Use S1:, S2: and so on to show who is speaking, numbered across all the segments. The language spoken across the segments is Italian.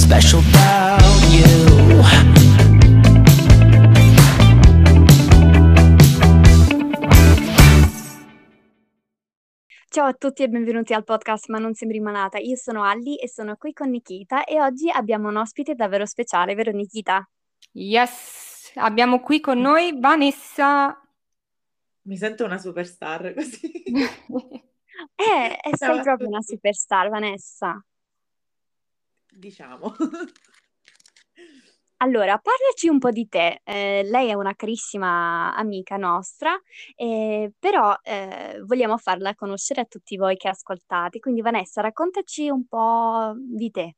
S1: special about you.
S2: Ciao a tutti e benvenuti al podcast Ma non sembri malata. Io sono Alli e sono qui con Nikita e oggi abbiamo un ospite davvero speciale, vero Nikita?
S3: Yes, abbiamo qui con noi Vanessa.
S4: Mi sento una superstar così.
S2: Sei
S4: Ciao a
S2: proprio una
S4: tutti.
S2: superstar, Vanessa.
S4: Diciamo.
S2: Allora, parlaci un po' di te. Lei è una carissima amica nostra, però vogliamo farla conoscere a tutti voi che ascoltate. Quindi Vanessa, raccontaci un po' di te.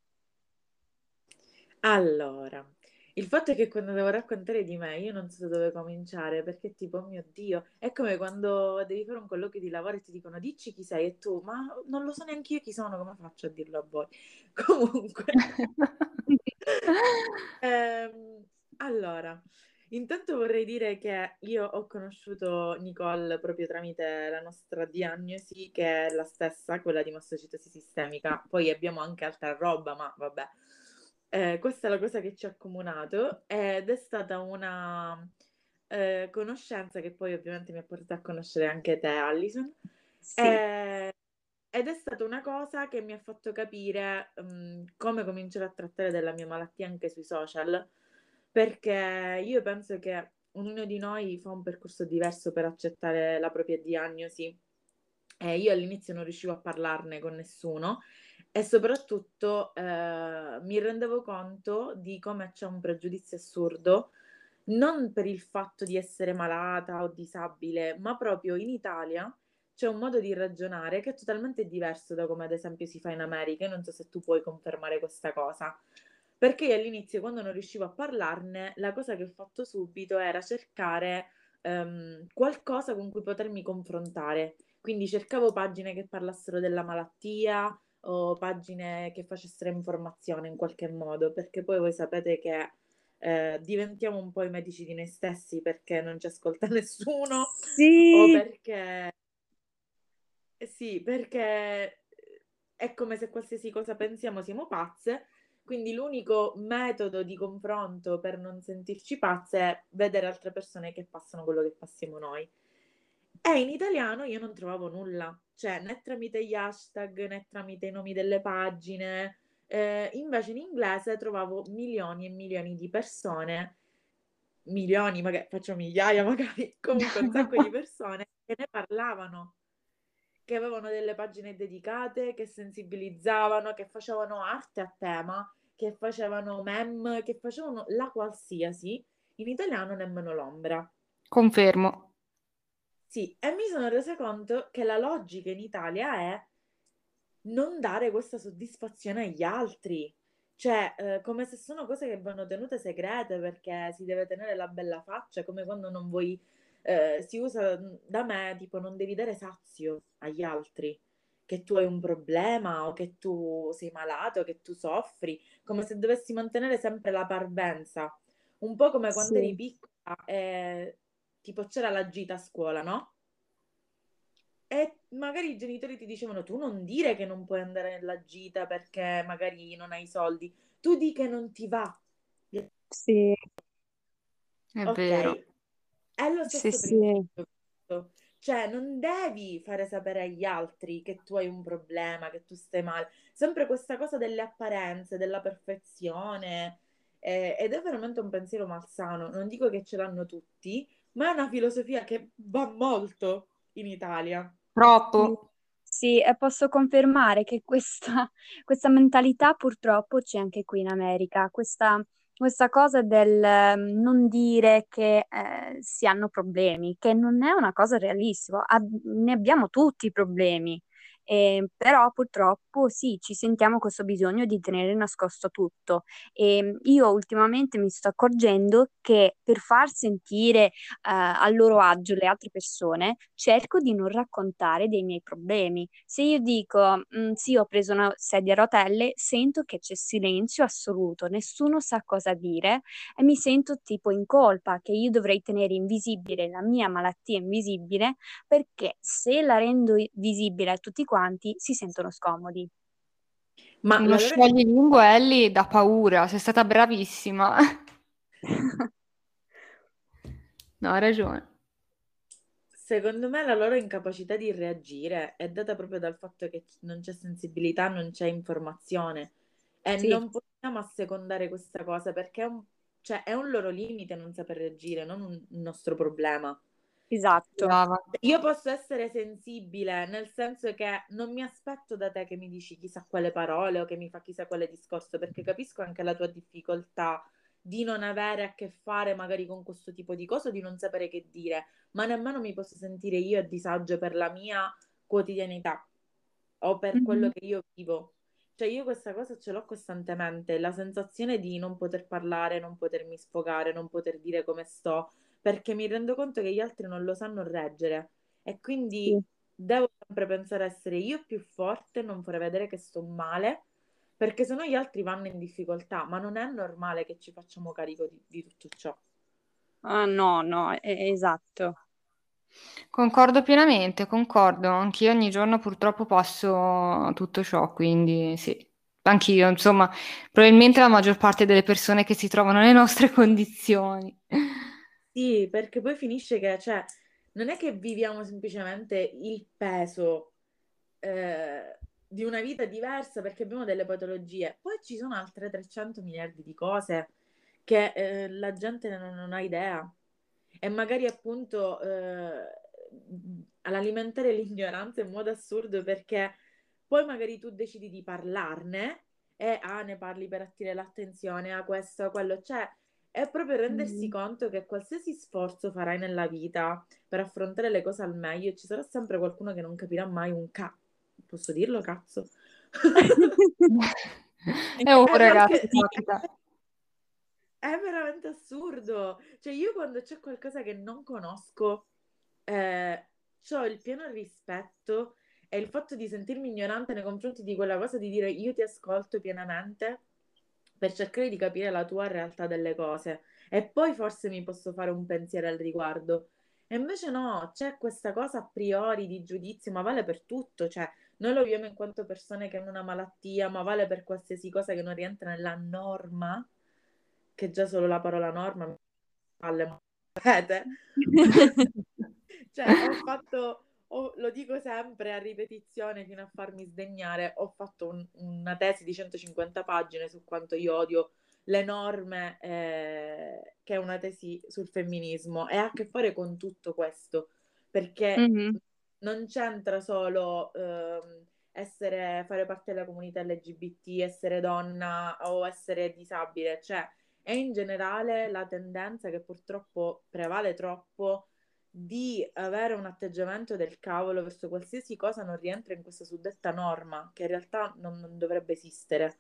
S4: Allora, il fatto è che quando devo raccontare di me io non so da dove cominciare perché tipo, oh mio Dio, è come quando devi fare un colloquio di lavoro e ti dicono dici chi sei e tu, ma non lo so neanche io chi sono, come faccio a dirlo a voi? Comunque, Ehm, allora, intanto vorrei dire che io ho conosciuto Nicole proprio tramite la nostra diagnosi, che è la stessa, quella di mastocitosi sistemica. Poi abbiamo anche altra roba, ma vabbè. Questa è la cosa che ci ha accomunato ed è stata una conoscenza che poi ovviamente mi ha portato a conoscere anche te, Allison.
S2: Sì,
S4: Eh, Ed è stata una cosa che mi ha fatto capire come cominciare a trattare della mia malattia anche sui social, perché io penso che ognuno di noi fa un percorso diverso per accettare la propria diagnosi. Io all'inizio non riuscivo a parlarne con nessuno e soprattutto mi rendevo conto di come c'è un pregiudizio assurdo, non per il fatto di essere malata o disabile, ma proprio in Italia c'è un modo di ragionare che è totalmente diverso da come ad esempio si fa in America. E non so se tu puoi confermare questa cosa. Perché io all'inizio, quando non riuscivo a parlarne, la cosa che ho fatto subito era cercare qualcosa con cui potermi confrontare. Quindi cercavo pagine che parlassero della malattia o pagine che facessero informazione in qualche modo, perché poi voi sapete che diventiamo un po' i medici di noi stessi perché non ci ascolta nessuno o
S2: sì,
S4: perché sì, perché è come se qualsiasi cosa pensiamo siamo pazze, quindi l'unico metodo di confronto per non sentirci pazze è vedere altre persone che passano quello che passiamo noi. E in italiano io non trovavo nulla, cioè né tramite gli hashtag né tramite i nomi delle pagine. Invece in inglese trovavo milioni e milioni di persone, milioni, magari faccio migliaia, magari comunque un sacco di persone che ne parlavano, che avevano delle pagine dedicate, che sensibilizzavano, che facevano arte a tema, che facevano meme, che facevano la qualsiasi, in italiano nemmeno l'ombra.
S3: Confermo.
S4: Sì, e mi sono resa conto che la logica in Italia è non dare questa soddisfazione agli altri. Cioè, come se sono cose che vanno tenute segrete perché si deve tenere la bella faccia, come quando non vuoi, si usa da me, tipo non devi dare sazio agli altri, che tu hai un problema o che tu sei malato, che tu soffri, come se dovessi mantenere sempre la parvenza. Un po' come quando eri
S2: sì.
S4: piccola e tipo c'era la gita a scuola, no? E magari i genitori ti dicevano tu non dire che non puoi andare nella gita perché magari non hai soldi, tu di che non ti va.
S2: Sì,
S3: È
S4: Ok,
S3: vero.
S4: è lo
S2: sì,
S4: stesso
S2: sì.
S4: principio. Questo. Cioè, non devi fare sapere agli altri che tu hai un problema, che tu stai male. Sempre questa cosa delle apparenze, della perfezione. Ed è veramente un pensiero malsano. Non dico che ce l'hanno tutti, ma è una filosofia che va molto in Italia.
S2: Sì,
S3: Troppo.
S2: sì, e posso confermare che questa mentalità purtroppo c'è anche qui in America, questa cosa del non dire che si hanno problemi, che non è una cosa realistica, ne abbiamo tutti i problemi. Però purtroppo sì, ci sentiamo questo bisogno di tenere nascosto tutto. E io ultimamente mi sto accorgendo che per far sentire a loro agio le altre persone, cerco di non raccontare dei miei problemi. Se io dico, sì, ho preso una sedia a rotelle, sento che c'è silenzio assoluto, nessuno sa cosa dire e mi sento tipo in colpa che io dovrei tenere invisibile la mia malattia invisibile perché se la rendo visibile a tutti quanti si sentono scomodi.
S4: Ma
S3: Uno
S4: la Lore,
S3: scioglilingue, Ellie, da paura, sei stata bravissima. No, hai ragione.
S4: secondo me la loro incapacità di reagire è data proprio dal fatto che non c'è sensibilità, non c'è informazione e
S2: Sì,
S4: non possiamo assecondare questa cosa perché cioè, è un loro limite non saper reagire, non un nostro problema.
S2: esatto.
S3: Brava.
S4: Io posso essere sensibile, nel senso che non mi aspetto da te che mi dici chissà quale parole o che mi fa chissà quale discorso, perché capisco anche la tua difficoltà di non avere a che fare magari con questo tipo di cose, o di non sapere che dire, ma nemmeno mi posso sentire io a disagio per la mia quotidianità o per quello
S2: Mhm.
S4: che io vivo. Cioè io questa cosa ce l'ho costantemente, la sensazione di non poter parlare, non potermi sfogare, non poter dire come sto, perché mi rendo conto che gli altri non lo sanno reggere e quindi
S2: Sì.
S4: devo sempre pensare a essere io più forte, non fare vedere che sto male, perché sennò gli altri vanno in difficoltà, ma non è normale che ci facciamo carico di tutto ciò.
S2: Ah, no, no, esatto.
S3: Concordo pienamente, concordo. Anch'io ogni giorno purtroppo passo tutto ciò, quindi sì. Anch'io, insomma, probabilmente la maggior parte delle persone che si trovano nelle nostre condizioni.
S4: Sì, perché poi finisce che, cioè, non è che viviamo semplicemente il peso di una vita diversa perché abbiamo delle patologie, poi ci sono altre 300 miliardi di cose che la gente non ha idea e magari appunto all'alimentare l'ignoranza in modo assurdo perché poi magari tu decidi di parlarne e ne parli per attirare l'attenzione a questo, a quello, cioè è proprio rendersi
S2: Mm.
S4: conto che qualsiasi sforzo farai nella vita per affrontare le cose al meglio, ci sarà sempre qualcuno che non capirà mai un Posso dirlo, cazzo?
S3: È un ragazzo,
S4: Perché
S2: Sì.
S3: capita.
S4: è veramente assurdo. Cioè, io quando c'è qualcosa che non conosco, ho il pieno rispetto e il fatto di sentirmi ignorante nei confronti di quella cosa, di dire io ti ascolto pienamente per cercare di capire la tua realtà delle cose e poi forse mi posso fare un pensiero al riguardo. E invece no, c'è questa cosa a priori di giudizio, ma vale per tutto, cioè noi lo viviamo in quanto persone che hanno una malattia, ma vale per qualsiasi cosa che non rientra nella norma, che già solo la parola norma mi fa le male. Cioè, lo dico sempre a ripetizione fino a farmi sdegnare, ho fatto una tesi di 150 pagine su quanto io odio le norme, che è una tesi sul femminismo e ha a che fare con tutto questo, perché
S2: Mhm.
S4: non c'entra solo fare parte della comunità LGBT, essere donna o essere disabile, cioè è in generale la tendenza che purtroppo prevale troppo di avere un atteggiamento del cavolo verso qualsiasi cosa non rientra in questa suddetta norma, che in realtà non dovrebbe esistere.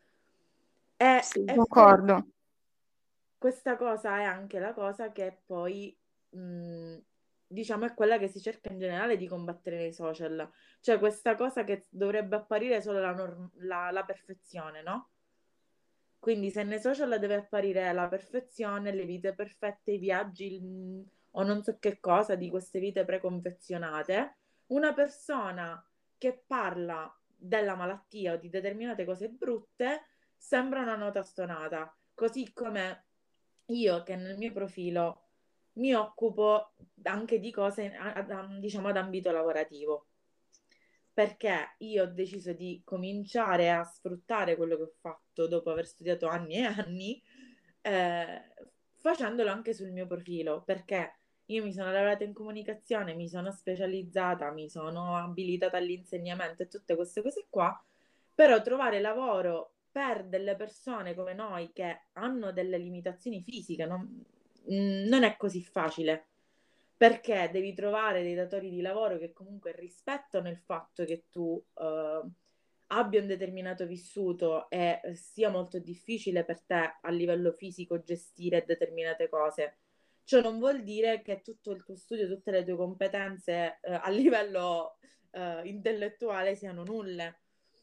S2: Sì.
S4: E forse
S3: Concordo.
S4: questa cosa è anche la cosa che poi, mh, diciamo, è quella che si cerca in generale di combattere nei social. Cioè questa cosa che dovrebbe apparire solo la perfezione, no? Quindi se nei social deve apparire la perfezione, le vite perfette, i viaggi o non so che cosa di queste vite preconfezionate, una persona che parla della malattia o di determinate cose brutte sembra una nota stonata, così come io che nel mio profilo mi occupo anche di cose, diciamo, ad ambito lavorativo perché io ho deciso di cominciare a sfruttare quello che ho fatto dopo aver studiato anni e anni, eh, facendolo anche sul mio profilo, perché io mi sono laureata in comunicazione, mi sono specializzata, mi sono abilitata all'insegnamento e tutte queste cose qua, però trovare lavoro per delle persone come noi che hanno delle limitazioni fisiche non è così facile perché devi trovare dei datori di lavoro che comunque rispettano il fatto che tu abbia un determinato vissuto e sia molto difficile per te a livello fisico gestire determinate cose. Ciò non vuol dire che tutto il tuo studio, tutte le tue competenze a livello intellettuale siano nulle.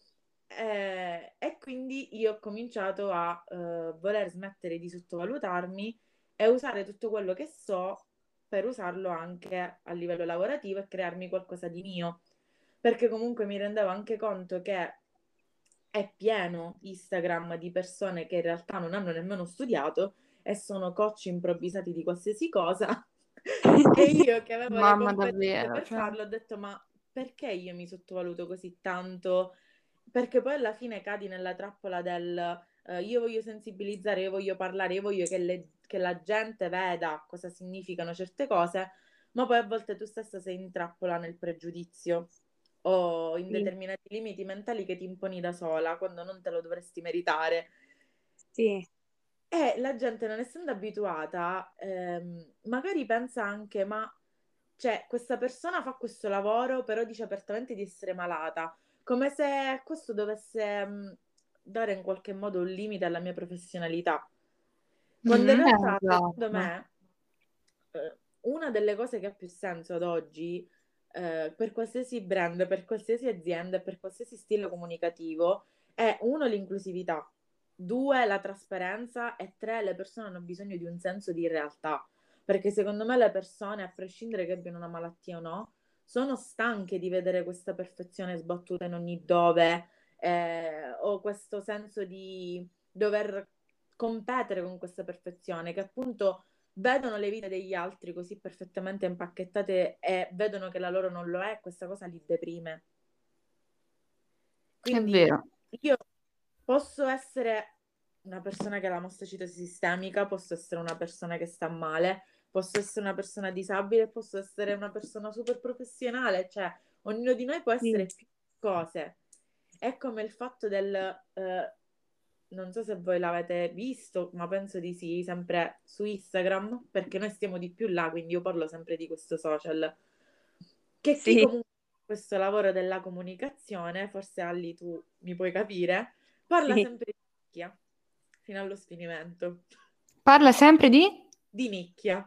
S4: E quindi io ho cominciato a voler smettere di sottovalutarmi e usare tutto quello che so per usarlo anche a livello lavorativo e crearmi qualcosa di mio. Perché comunque mi rendevo anche conto che è pieno Instagram di persone che in realtà non hanno nemmeno studiato e sono coach improvvisati di qualsiasi cosa. E io che avevo le
S3: Mamma,
S4: competenze
S3: davvero,
S4: per
S3: cioè.
S4: farlo ho detto ma perché io mi sottovaluto così tanto? Perché poi alla fine cadi nella trappola del io voglio sensibilizzare, io voglio parlare, io voglio che la gente veda cosa significano certe cose, ma poi a volte tu stessa sei in trappola nel pregiudizio o in
S2: Sì,
S4: determinati limiti mentali che ti imponi da sola quando non te lo dovresti meritare.
S2: sì,
S4: E la gente, non essendo abituata, magari pensa anche, ma cioè, questa persona fa questo lavoro, però dice apertamente di essere malata, come se questo dovesse dare in qualche modo un limite alla mia professionalità. Quando in realtà, secondo
S3: Esatto.
S4: me, una delle cose che ha più senso ad oggi, per qualsiasi brand, per qualsiasi azienda, per qualsiasi stile comunicativo, è uno, l'inclusività, due, la trasparenza e tre, le persone hanno bisogno di un senso di realtà. Perché secondo me le persone, a prescindere che abbiano una malattia o no, sono stanche di vedere questa perfezione sbattuta in ogni dove, o questo senso di dover competere con questa perfezione, che appunto vedono le vite degli altri così perfettamente impacchettate e vedono che la loro non lo è, questa cosa li deprime.
S3: È
S4: Quindi
S3: vero.
S4: io posso essere una persona che ha la mastocitosi sistemica, posso essere una persona che sta male, posso essere una persona disabile, posso essere una persona super professionale, cioè ognuno di noi può
S2: sì,
S4: essere più cose. È come il fatto del, non so se voi l'avete visto, ma penso di sì, sempre su Instagram, perché noi stiamo di più là, quindi io parlo sempre di questo social, che chi
S2: sì,
S4: comunque fa questo lavoro della comunicazione, forse Ali tu mi puoi capire, parla
S2: sì,
S4: sempre di nicchia, fino allo sfinimento,
S3: Parla sempre di?
S4: di nicchia.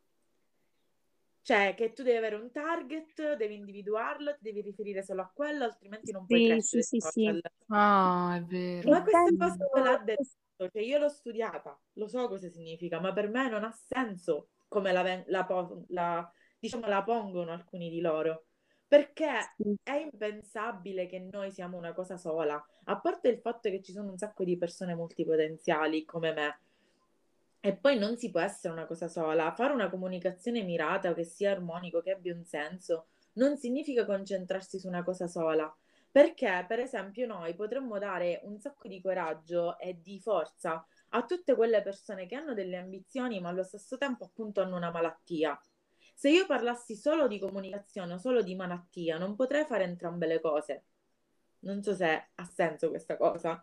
S4: Cioè che tu devi avere un target, devi individuarlo, ti devi riferire solo a quello, altrimenti non puoi
S2: sì, sì,
S4: crescere
S2: sì,
S4: sui
S2: sì.
S4: social.
S3: Ah, è
S2: E
S3: vero.
S4: Ma questa cosa
S2: penso,
S4: me l'ha detto, cioè io l'ho studiata, lo so cosa significa, ma per me non ha senso come diciamo, la pongono alcuni di loro, perché
S2: sì,
S4: è impensabile che noi siamo una cosa sola, a parte il fatto che ci sono un sacco di persone multipotenziali come me, e poi non si può essere una cosa sola. Fare una comunicazione mirata, che sia armonico, che abbia un senso, non significa concentrarsi su una cosa sola. Perché, per esempio, noi potremmo dare un sacco di coraggio e di forza a tutte quelle persone che hanno delle ambizioni, ma allo stesso tempo appunto hanno una malattia. Se io parlassi solo di comunicazione o solo di malattia, non potrei fare entrambe le cose. Non so se ha senso questa cosa.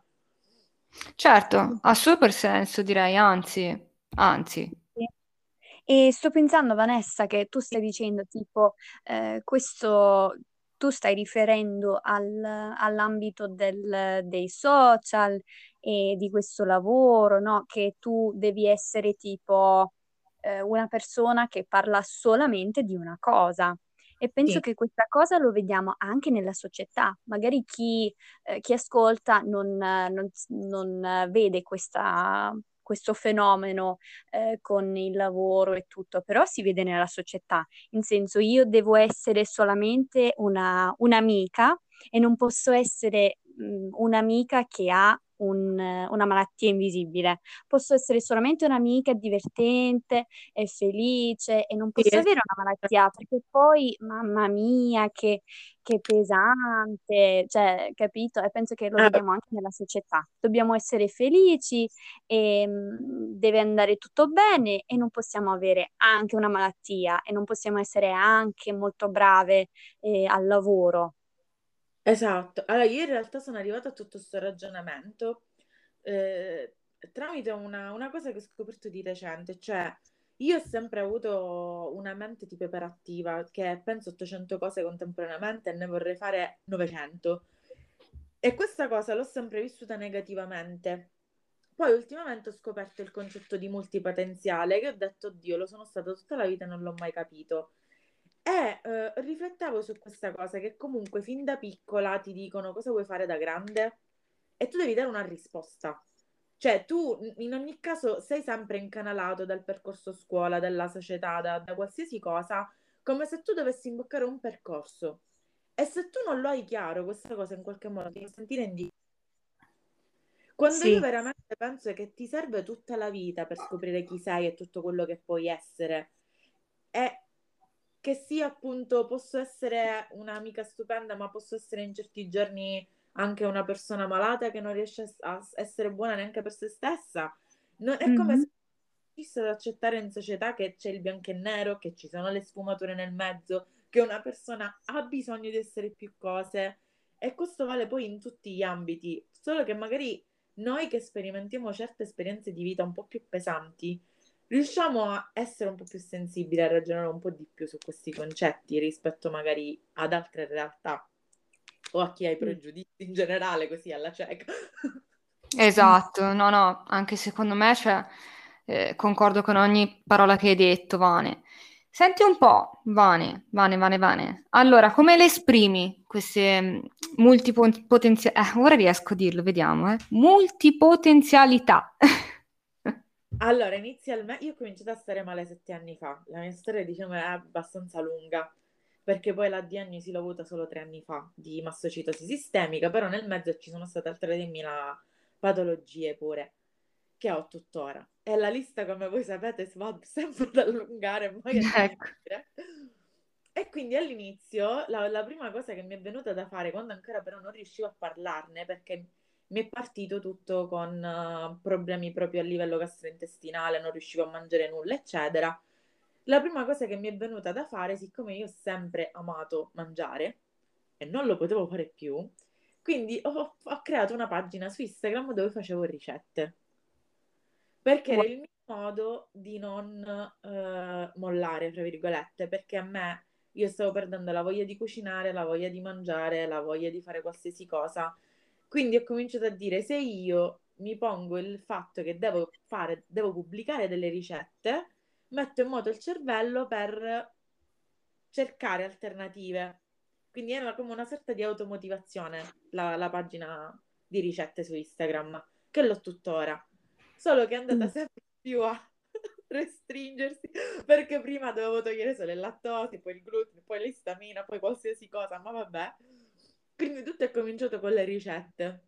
S3: Certo, ha super senso, direi, anzi.
S2: sì. E sto pensando, Vanessa, che tu stai dicendo tipo questo, tu stai riferendo all'ambito dei social e di questo lavoro, no? Che tu devi essere tipo una persona che parla solamente di una cosa. E penso
S4: Sì,
S2: che questa cosa lo vediamo anche nella società. Magari chi ascolta non vede questo fenomeno con il lavoro e tutto, però si vede nella società. In senso, io devo essere solamente un'amica e non posso essere un'amica che ha una malattia invisibile. Posso essere solamente un'amica divertente e felice e non
S4: sì,
S2: posso avere una malattia perché poi, mamma mia, che pesante, cioè, capito? E penso che lo
S4: ah,
S2: vediamo anche nella società. Dobbiamo essere felici e deve andare tutto bene e non possiamo avere anche una malattia e non possiamo essere anche molto brave al lavoro.
S4: esatto. Allora, io in realtà sono arrivata a tutto questo ragionamento eh, tramite una cosa che ho scoperto di recente, cioè io ho sempre avuto una mente tipo iperattiva, che penso 800 cose contemporaneamente e ne vorrei fare 900. E questa cosa l'ho sempre vissuta negativamente. Poi ultimamente ho scoperto il concetto di multipotenziale, che ho detto, Dio, lo sono stato tutta la vita e non l'ho mai capito. E riflettevo su questa cosa, che comunque fin da piccola ti dicono cosa vuoi fare da grande e tu devi dare una risposta. Cioè tu in ogni caso sei sempre incanalato dal percorso scuola, dalla società, da qualsiasi cosa, come se tu dovessi imboccare un percorso. E se tu non lo hai chiaro, questa cosa in qualche modo ti fa sentire in difficoltà. Quando io
S2: Sì.
S4: veramente penso che ti serve tutta la vita per scoprire chi sei e tutto quello che puoi essere, e che sia appunto, posso essere un'amica stupenda, ma posso essere in certi giorni anche una persona malata che non riesce a essere buona neanche per se stessa. È come se
S2: Mhm.
S4: riuscisse ad accettare in società che c'è il bianco e nero, che ci sono le sfumature nel mezzo, che una persona ha bisogno di essere più cose. E questo vale poi in tutti gli ambiti, solo che magari noi che sperimentiamo certe esperienze di vita un po' più pesanti, riusciamo a essere un po' più sensibili, a ragionare un po' di più su questi concetti rispetto magari ad altre realtà o a chi ha i
S2: Sì.
S4: pregiudizi in generale, così alla cieca.
S3: Esatto, no, no, anche secondo me, cioè, concordo con ogni parola che hai detto, Vane. Senti un po', Vane. Allora, come le esprimi queste multipotenzialità? Ora riesco a dirlo, vediamo, multipotenzialità.
S4: Allora, inizialmente io ho cominciato a stare male 7 anni fa. La mia storia, diciamo, è abbastanza lunga, perché poi la diagnosi l'ho avuta solo 3 anni fa di mastocitosi sistemica, però nel mezzo ci sono state altre 3.000 patologie pure, che ho tuttora. E la lista, come voi sapete, si va sempre ad allungare e mai a
S3: Ecco.
S4: finire. E quindi all'inizio la prima cosa che mi è venuta da fare, quando ancora però non riuscivo a parlarne, perché mi è partito tutto con problemi proprio a livello gastrointestinale, non riuscivo a mangiare nulla, eccetera. La prima cosa che mi è venuta da fare, siccome io ho sempre amato mangiare e non lo potevo fare più, quindi ho creato una pagina su Instagram dove facevo ricette, perché era il mio modo di non mollare, tra virgolette, perché a me io stavo perdendo la voglia di cucinare, la voglia di mangiare, la voglia di fare qualsiasi cosa. Quindi ho cominciato a dire, se io mi pongo il fatto che devo pubblicare delle ricette, metto in moto il cervello per cercare alternative. Quindi era come una sorta di automotivazione la pagina di ricette su Instagram, che l'ho tuttora. Solo che è andata sempre più a restringersi, perché prima dovevo togliere solo il lattosio, poi il glutine, poi l'istamina, poi qualsiasi cosa, ma vabbè. Quindi tutto è cominciato con le ricette.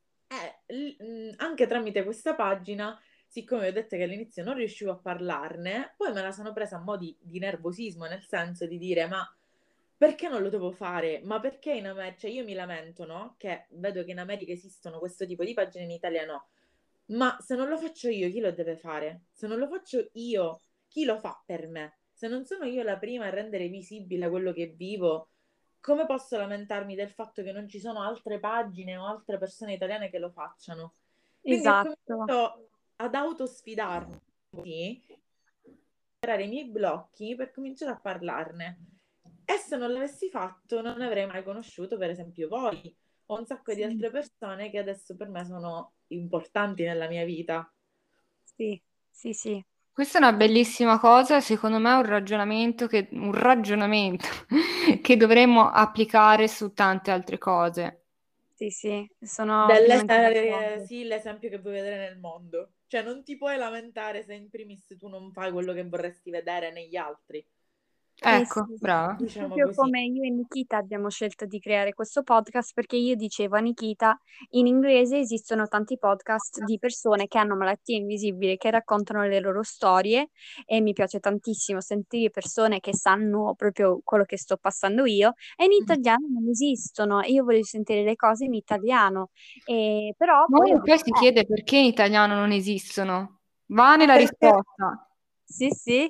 S4: Anche tramite questa pagina, siccome ho detto che all'inizio non riuscivo a parlarne, poi me la sono presa a mo' di nervosismo, nel senso di dire, ma perché non lo devo fare? Ma perché in America, cioè io mi lamento, no? Che vedo che in America esistono questo tipo di pagine, in Italia no. Ma se non lo faccio io, chi lo deve fare? Se non lo faccio io, chi lo fa per me? Se non sono io la prima a rendere visibile quello che vivo, come posso lamentarmi del fatto che non ci sono altre pagine o altre persone italiane che lo facciano? Quindi ho
S2: Esatto.
S4: cominciato ad autosfidarmi, superare i miei blocchi per cominciare a parlarne. E se non l'avessi fatto, non avrei mai conosciuto, per esempio, voi o un sacco di
S2: Sì,
S4: altre persone che adesso per me sono importanti nella mia vita.
S2: sì, sì, sì.
S3: Questa è una bellissima cosa, secondo me è un ragionamento che dovremmo applicare su tante altre cose.
S2: Sì, sì, sono pienamente d'accordo.
S4: Sì, l'esempio che vuoi vedere nel mondo. Cioè, non ti puoi lamentare se in primis tu non fai quello che vorresti vedere negli altri.
S2: Eh
S3: Ecco,
S2: sì,
S3: brava.
S4: Diciamo
S2: proprio
S4: così.
S2: come io e Nikita abbiamo scelto di creare questo podcast perché io dicevo a Nikita, in inglese esistono tanti podcast di persone che hanno malattie invisibili, che raccontano le loro storie e mi piace tantissimo sentire persone che sanno proprio quello che sto passando io e in italiano non esistono e io voglio sentire le cose in italiano. Però
S3: Ma
S2: poi ho
S3: uno poi
S2: detto,
S3: si chiede perché in italiano non esistono. Va nella
S4: Perché,
S3: risposta.
S2: sì, sì,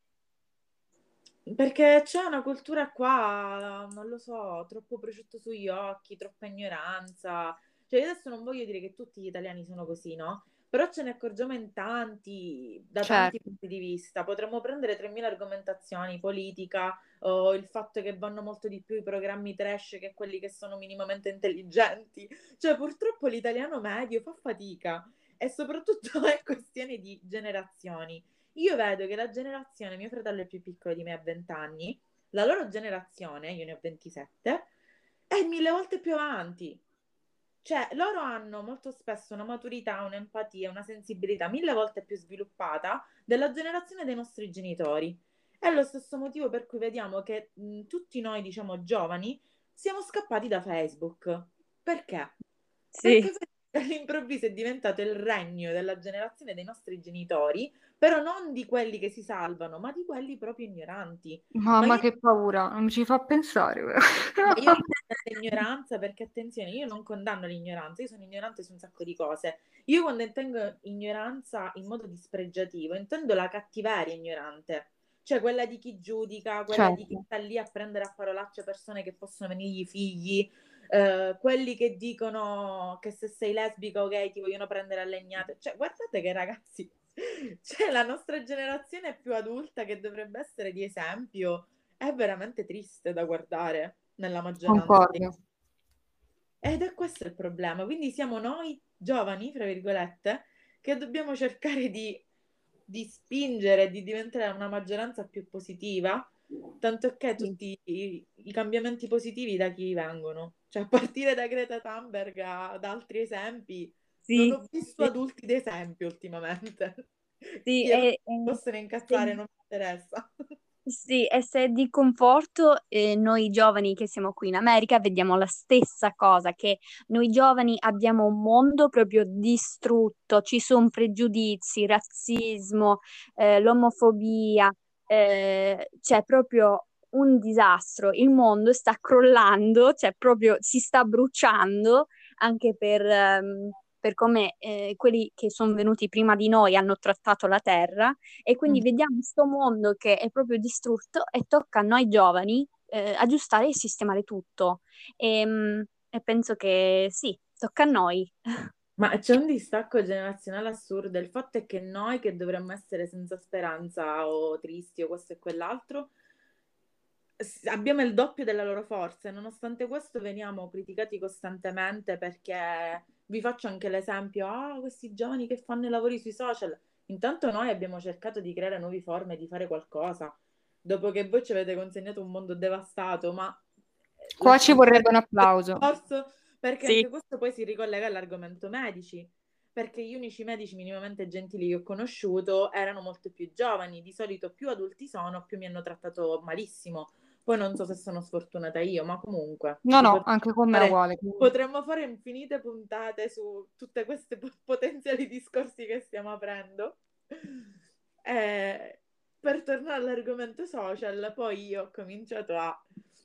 S4: perché c'è una cultura qua, non lo so, troppo prosciutto sugli occhi, troppa ignoranza. Cioè, io adesso non voglio dire che tutti gli italiani sono così, no? Però ce ne accorgiamo in tanti, da tanti
S3: Certo.
S4: punti di vista. Potremmo prendere 3.000 argomentazioni, politica, o il fatto che vanno molto di più i programmi trash che quelli che sono minimamente intelligenti. Cioè, purtroppo l'italiano medio fa fatica e soprattutto è questione di generazioni. Io vedo che la generazione, mio fratello è più piccolo di me, ha 20 anni, la loro generazione, io ne ho 27, è 1.000 volte più avanti. Cioè, loro hanno molto spesso una maturità, un'empatia, una sensibilità 1.000 volte più sviluppata della generazione dei nostri genitori. È lo stesso motivo per cui vediamo che tutti noi, diciamo, giovani, siamo scappati da Facebook. Perché?
S2: sì,
S4: Perché Facebook all'improvviso è diventato il regno della generazione dei nostri genitori, però non di quelli che si salvano, ma di quelli proprio ignoranti. Ma
S3: Mamma
S4: io,
S3: che paura, non mi ci fa pensare.
S4: ma io intendo l'ignoranza perché, attenzione, io non condanno l'ignoranza, io sono ignorante su un sacco di cose. Io quando intendo ignoranza in modo dispregiativo, intendo la cattiveria ignorante, cioè quella di chi giudica, quella di chi
S3: Certo,
S4: sta lì a prendere a parolacce persone che possono venirgli figli, quelli che dicono che se sei lesbica o gay ti vogliono prendere a legnate. Cioè, guardate che ragazzi, cioè la nostra generazione più adulta che dovrebbe essere di esempio è veramente triste da guardare nella maggioranza dei...
S3: concordo.
S4: Ed è questo il problema. Quindi siamo noi giovani, fra virgolette, che dobbiamo cercare di spingere, di diventare una maggioranza più positiva, tanto che
S2: Sì,
S4: tutti i cambiamenti positivi da chi vengono? Cioè, a partire da Greta Thunberg ad altri esempi, non
S2: sì,
S4: ho visto
S2: sì,
S4: adulti d'esempio ultimamente.
S2: sì,
S4: Chi è possono incazzare
S2: se-
S4: non mi interessa.
S2: sì, e se di conforto noi giovani che siamo qui in America vediamo la stessa cosa, che noi giovani abbiamo un mondo proprio distrutto, ci sono pregiudizi, razzismo, l'omofobia, c'è proprio un disastro, il mondo sta crollando, cioè proprio si sta bruciando anche per come quelli che sono venuti prima di noi hanno trattato la terra e quindi
S4: Mm.
S2: vediamo questo mondo che è proprio distrutto e tocca a noi giovani aggiustare e sistemare tutto. E penso che sì, tocca a noi.
S4: Ma c'è un distacco generazionale assurdo. Il fatto è che noi che dovremmo essere senza speranza o tristi o questo e quell'altro, abbiamo il doppio della loro forza e nonostante questo veniamo criticati costantemente perché vi faccio anche l'esempio, questi giovani che fanno i lavori sui social. Intanto noi abbiamo cercato di creare nuove forme di fare qualcosa, dopo che voi ci avete consegnato un mondo devastato, ma
S3: Qua ci
S4: lasciamo
S3: vorrebbe un
S4: perdere questo
S3: applauso.
S4: discorso perché
S2: Sì,
S4: anche questo poi si ricollega all'argomento medici, perché gli unici medici minimamente gentili che ho conosciuto erano molto più giovani, di solito più adulti sono, più mi hanno trattato malissimo. Poi non so se sono sfortunata io, ma comunque
S3: No, no, anche con me è uguale.
S4: potremmo fare infinite puntate su tutte queste potenziali discorsi che stiamo aprendo. Eh, per tornare all'argomento social, poi io ho cominciato a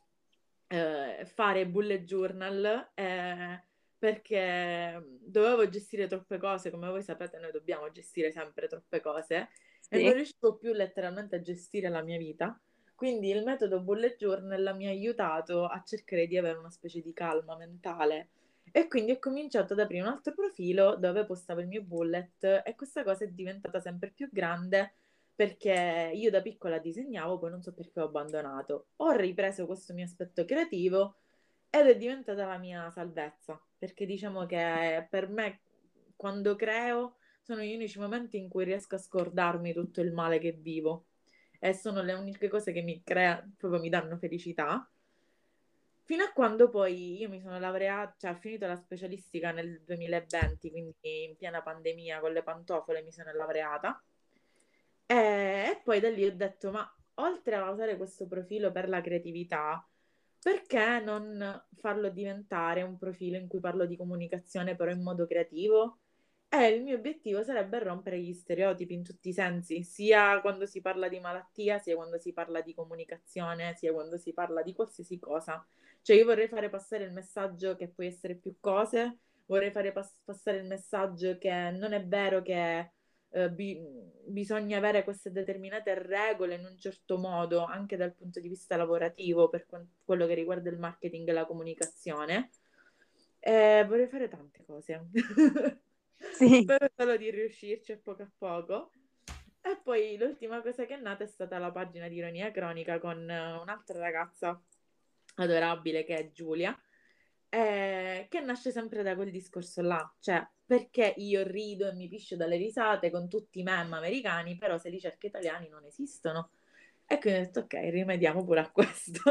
S4: fare bullet journal perché dovevo gestire troppe cose, come voi sapete noi dobbiamo gestire sempre troppe cose e non
S2: sì.
S4: riuscivo più letteralmente a gestire la mia vita. Quindi il metodo bullet journal mi ha aiutato a cercare di avere una specie di calma mentale. E quindi ho cominciato ad aprire un altro profilo dove postavo il mio bullet e questa cosa è diventata sempre più grande perché io da piccola disegnavo, poi non so perché ho abbandonato. Ho ripreso questo mio aspetto creativo ed è diventata la mia salvezza, perché diciamo che per me quando creo sono gli unici momenti in cui riesco a scordarmi tutto il male che vivo e sono le uniche cose che mi crea, proprio mi danno felicità. Fino a quando poi io mi sono laureata, cioè ho finito la specialistica nel 2020, quindi in piena pandemia con le pantofole mi sono laureata. E poi da lì ho detto, ma oltre a usare questo profilo per la creatività, perché non farlo diventare un profilo in cui parlo di comunicazione però in modo creativo? E il mio obiettivo sarebbe rompere gli stereotipi in tutti i sensi, sia quando si parla di malattia, sia quando si parla di comunicazione, sia quando si parla di qualsiasi cosa. Cioè io vorrei fare passare il messaggio che puoi essere più cose, vorrei fare passare il messaggio che non è vero che bisogna avere queste determinate regole in un certo modo, anche dal punto di vista lavorativo, per quello che riguarda il marketing e la comunicazione. Vorrei fare tante cose.
S2: Sì.
S4: Spero solo di riuscirci a poco. E poi l'ultima cosa che è nata è stata la pagina di Ironia Cronica con un'altra ragazza adorabile che è Giulia, che nasce sempre da quel discorso là, cioè perché io rido e mi piscio dalle risate con tutti i meme americani, però se li cerchi italiani non esistono. E quindi ho detto ok, rimediamo pure a questo.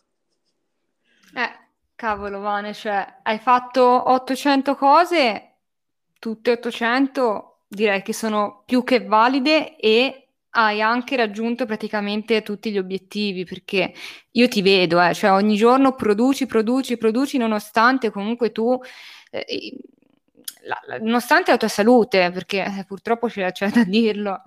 S3: Cavolo, Vane, cioè, hai fatto 800 cose, tutte 800 direi che sono più che valide e hai anche raggiunto praticamente tutti gli obiettivi, perché io ti vedo, cioè ogni giorno produci, nonostante comunque tu eh, nonostante la tua salute, perché purtroppo c'è da dirlo.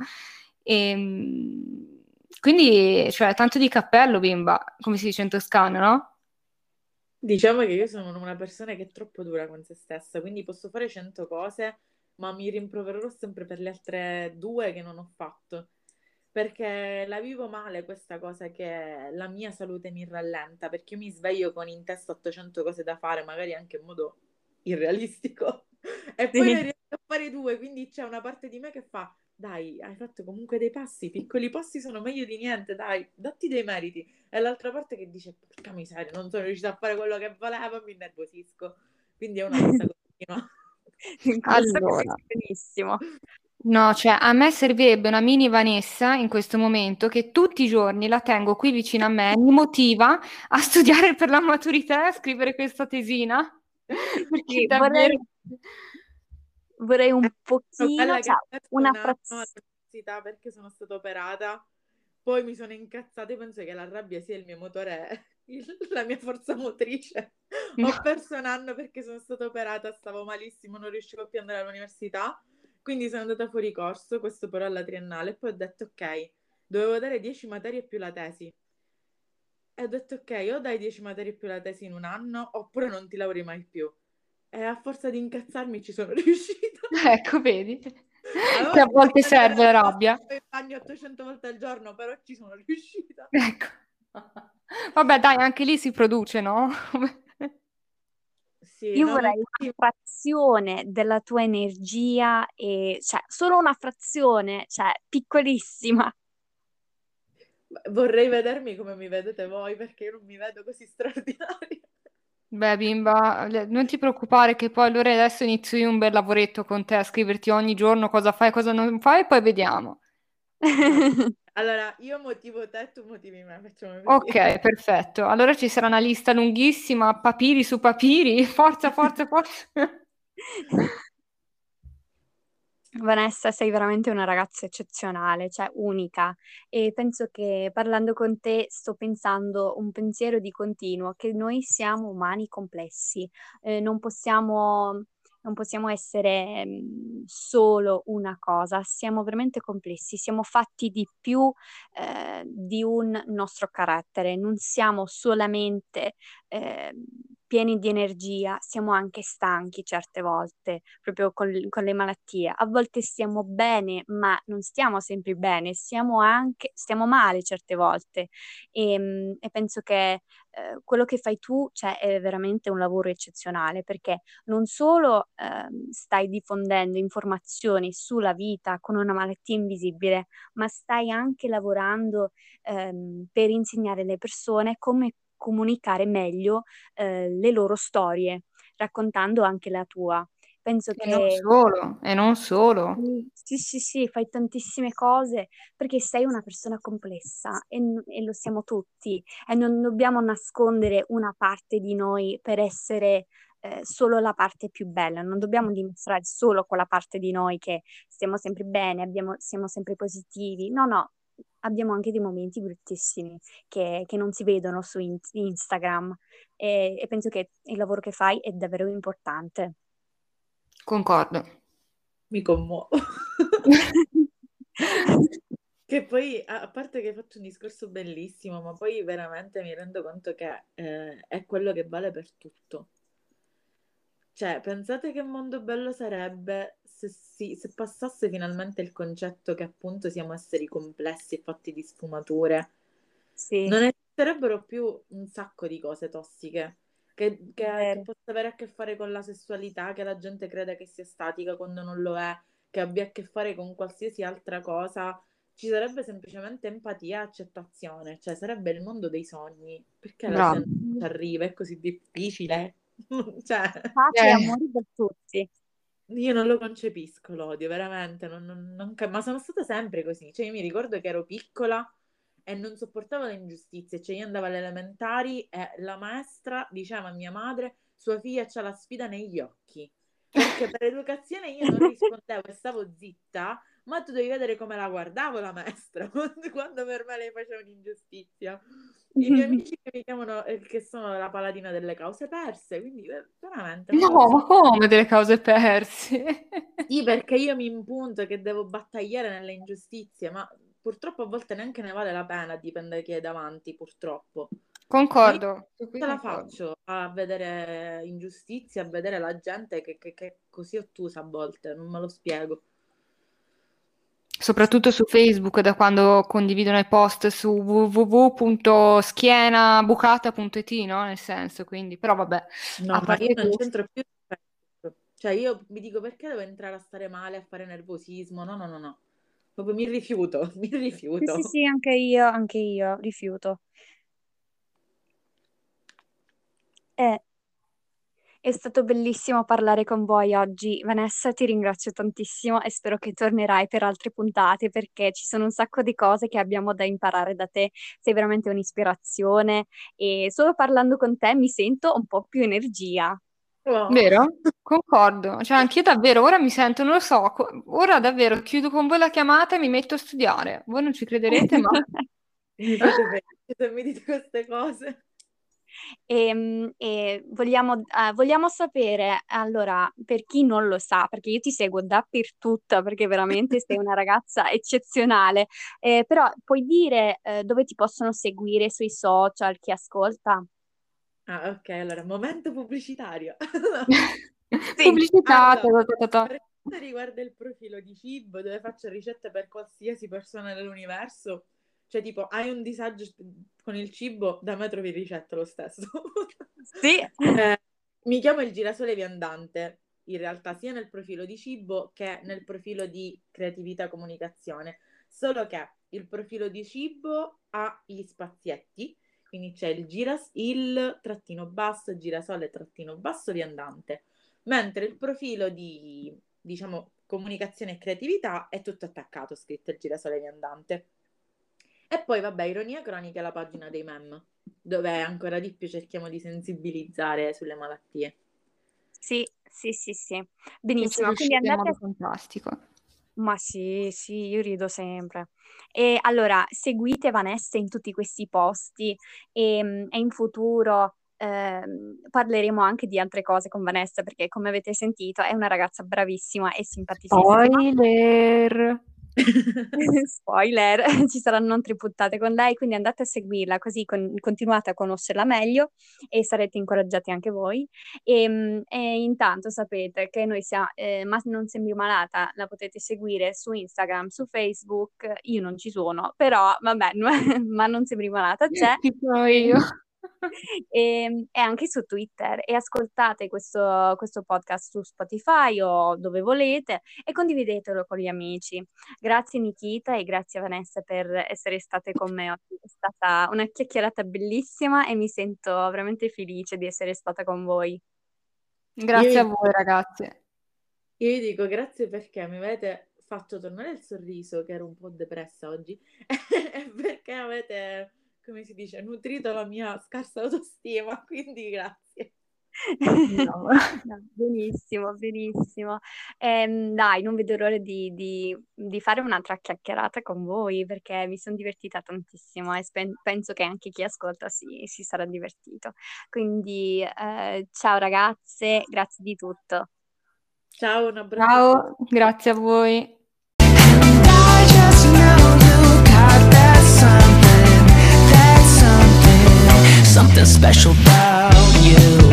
S3: Quindi, cioè, tanto di cappello, bimba, come si dice in toscano, no?
S4: Diciamo che io sono una persona che è troppo dura con se stessa, quindi posso fare 100 cose, ma mi rimprovererò sempre per le altre 2 che non ho fatto. Perché la vivo male questa cosa che la mia salute mi rallenta, perché io mi sveglio con in testa 800 cose da fare, magari anche in modo irrealistico, e poi ne
S2: Sì.
S4: riesco a fare 2, quindi c'è una parte di me che fa, dai, hai fatto comunque dei passi, piccoli passi sono meglio di niente, dai, datti dei meriti. E l'altra parte che dice, porca miseria, non sono riuscita a fare quello che volevo, mi innervosisco. Quindi è una lotta continua.
S2: Lo so,
S3: Allora,
S2: capisco benissimo.
S3: no, cioè a me servirebbe una mini Vanessa in questo momento che tutti i giorni la tengo qui vicino a me, mi motiva a studiare per la maturità e a scrivere questa tesina, perché
S2: Sì,
S3: davvero...
S2: vorrei un
S4: Sono
S2: pochino,
S4: quella che
S2: cioè
S4: ho perso
S2: una
S4: un anno
S2: frazione.
S4: all'università perché sono stata operata, poi mi sono incazzata e penso che la rabbia sia il mio motore, la mia forza motrice.
S3: No.
S4: Ho perso un anno perché sono stata operata, stavo malissimo, non riuscivo più ad andare all'università, quindi sono andata fuori corso, questo però alla triennale, e poi ho detto ok, dovevo dare 10 materie più la tesi. E ho detto ok, o dai 10 materie più la tesi in un anno, oppure non ti lauri mai più. E a forza di incazzarmi ci sono riuscita.
S3: Ecco, vedi?
S4: Avevo
S3: Che a volte
S4: l'impressione
S3: serve la
S4: della
S3: rabbia.
S4: in bagno 800 volte al giorno, però ci sono riuscita.
S3: Ecco. Vabbè, dai, anche lì si produce, no?
S4: Sì,
S2: Io
S4: no, ma
S2: vorrei una
S4: infatti
S2: frazione della tua energia e cioè solo una frazione, cioè piccolissima.
S4: vorrei vedermi come mi vedete voi, perché io non mi vedo così straordinaria.
S3: Beh, bimba, non ti preoccupare che poi allora adesso inizio io un bel lavoretto con te a scriverti ogni giorno cosa fai, cosa non fai e poi vediamo.
S4: Va bene. Allora, io motivo te, tu motivi me, facciamo così.
S3: Ok, perfetto. Allora ci sarà una lista lunghissima, papiri su papiri, forza, forza, forza.
S2: Vanessa, sei veramente una ragazza eccezionale, cioè unica, e penso che parlando con te sto pensando un pensiero di continuo, che noi siamo umani complessi, non possiamo essere solo una cosa, siamo veramente complessi, siamo fatti di più di un nostro carattere, non siamo solamente eh, pieni di energia, siamo anche stanchi certe volte proprio con le malattie. A volte stiamo bene, ma non stiamo sempre bene, stiamo male certe volte. E penso che quello che fai tu, cioè, è veramente un lavoro eccezionale perché non solo stai diffondendo informazioni sulla vita con una malattia invisibile, ma stai anche lavorando per insegnare alle persone come comunicare meglio le loro storie, raccontando anche la tua. Penso
S3: E non
S2: che
S3: solo, e non solo.
S2: sì, sì, sì, fai tantissime cose perché sei una persona complessa e lo siamo tutti e non dobbiamo nascondere una parte di noi per essere solo la parte più bella, non dobbiamo dimostrare solo quella parte di noi che stiamo sempre bene, siamo sempre positivi. No, no, abbiamo anche dei momenti bruttissimi che non si vedono su Instagram e penso che il lavoro che fai è davvero importante.
S3: Concordo.
S4: Mi commuovo. Che poi, a parte che hai fatto un discorso bellissimo, ma poi veramente mi rendo conto che è quello che vale per tutto. Cioè, pensate che mondo bello sarebbe se passasse finalmente il concetto che appunto siamo esseri complessi e fatti di sfumature.
S2: Sì,
S4: Non esisterebbero più un sacco di cose tossiche che
S2: vero.
S4: possa avere a che fare con la sessualità, che la gente creda che sia statica quando non lo è, che abbia a che fare con qualsiasi altra cosa. Ci sarebbe semplicemente empatia e accettazione, cioè sarebbe il mondo dei sogni. Perché la
S3: Bravo.
S4: gente non ci arriva? È così difficile. Cioè,
S2: Pace e
S3: Eh,
S2: amore per tutti.
S4: io non lo concepisco l'odio, veramente, ma sono stata sempre così. Cioè, io mi ricordo che ero piccola e non sopportavo le ingiustizie. Cioè, io andavo alle elementari e la maestra diceva a mia madre, sua figlia c'ha la sfida negli occhi. Perché per educazione io non rispondevo e stavo zitta, ma tu devi vedere come la guardavo la maestra quando per me lei faceva un'ingiustizia. I miei amici che mi chiamano, che sono la paladina delle cause perse, quindi veramente non lo
S3: No,
S4: so.
S3: ma come delle cause perse?
S4: Sì, perché io mi impunto che devo battagliare nelle ingiustizie, ma purtroppo a volte neanche ne vale la pena, dipende chi è davanti, purtroppo. Ma io
S3: Concordo, su qui
S4: ce la
S3: concordo.
S4: faccio a vedere ingiustizie, a vedere la gente che è così ottusa a volte, non me lo spiego.
S3: Soprattutto su Facebook, da quando condividono i post su www.schienabucata.it, no? Nel senso, quindi, però vabbè,
S4: No,
S3: a
S4: ma io
S3: parte
S4: non
S3: questo,
S4: c'entro più su Facebook. Cioè io mi dico perché devo entrare a stare male, a fare nervosismo? No, no, no, no. Proprio mi rifiuto, mi
S2: Sì, sì,
S4: rifiuto.
S2: sì, anche io rifiuto. Eh, È stato bellissimo parlare con voi oggi. Vanessa, ti ringrazio tantissimo e spero che tornerai per altre puntate perché ci sono un sacco di cose che abbiamo da imparare da te. Sei veramente un'ispirazione e solo parlando con te mi sento un po' più energia.
S4: Oh.
S3: vero? Concordo, cioè anch'io davvero, ora mi sento, non lo so, ora davvero chiudo con voi la chiamata e mi metto a studiare. Voi non ci crederete, ma
S4: Mi fate felice se mi dite queste cose.
S2: E vogliamo sapere, allora, per chi non lo sa, perché io ti seguo dappertutto, perché veramente sei una ragazza eccezionale, però puoi dire dove ti possono seguire sui social, chi ascolta?
S4: Ah, ok, allora, momento pubblicitario.
S2: Sì.
S3: pubblicità,
S4: Allora,
S3: ta, ta, ta.
S4: per quanto riguarda il profilo di cibo, dove faccio ricette per qualsiasi persona dell'universo, cioè tipo, hai un disagio con il cibo, da me trovi ricetta lo stesso.
S2: Sì.
S4: Mi chiamo il girasole viandante, in realtà sia nel profilo di cibo che nel profilo di creatività comunicazione, solo che il profilo di cibo ha gli spazietti, quindi c'è il trattino basso, girasole trattino basso viandante, mentre il profilo di, diciamo, comunicazione e creatività è tutto attaccato, scritto il girasole viandante. E poi, vabbè, Ironia Cronica è la pagina dei meme, dove ancora di più cerchiamo di sensibilizzare sulle malattie.
S2: Sì, sì, sì, sì.
S3: E ci
S2: Benissimo, quindi
S3: riuscite in
S2: andate
S3: modo
S2: a...
S3: fantastico.
S2: Ma sì, sì, io rido sempre. E allora, seguite Vanessa in tutti questi posti e in futuro parleremo anche di altre cose con Vanessa perché, come avete sentito, è una ragazza bravissima e simpaticissima.
S3: Spoiler!
S2: Spoiler, ci saranno altre puntate con lei, quindi andate a seguirla così continuate a conoscerla meglio e sarete incoraggiati anche voi. E intanto sapete che noi siamo, Ma non sembri malata, la potete seguire su Instagram, su Facebook, io non ci sono, però vabbè, Ma non sembri malata c'è.
S3: Ci sono io.
S2: E anche su Twitter e ascoltate questo podcast su Spotify o dove volete e condividetelo con gli amici. Grazie Nikita e grazie Vanessa per essere state con me oggi. È stata una chiacchierata bellissima e mi sento veramente felice di essere stata con voi.
S3: Grazie a
S4: Io
S3: voi, ragazze.
S4: vi dico grazie perché mi avete fatto tornare il sorriso, che ero un po' depressa oggi, e perché avete, come si dice, nutrito la mia scarsa autostima, quindi grazie.
S3: No.
S2: No, benissimo, benissimo. Dai, non vedo l'ora di fare un'altra chiacchierata con voi perché mi sono divertita tantissimo e penso che anche chi ascolta si sarà divertito. Quindi, ciao ragazze, grazie di tutto.
S4: Ciao, un abbraccio.
S3: Ciao, grazie a voi.
S1: I just know you got that something special about you.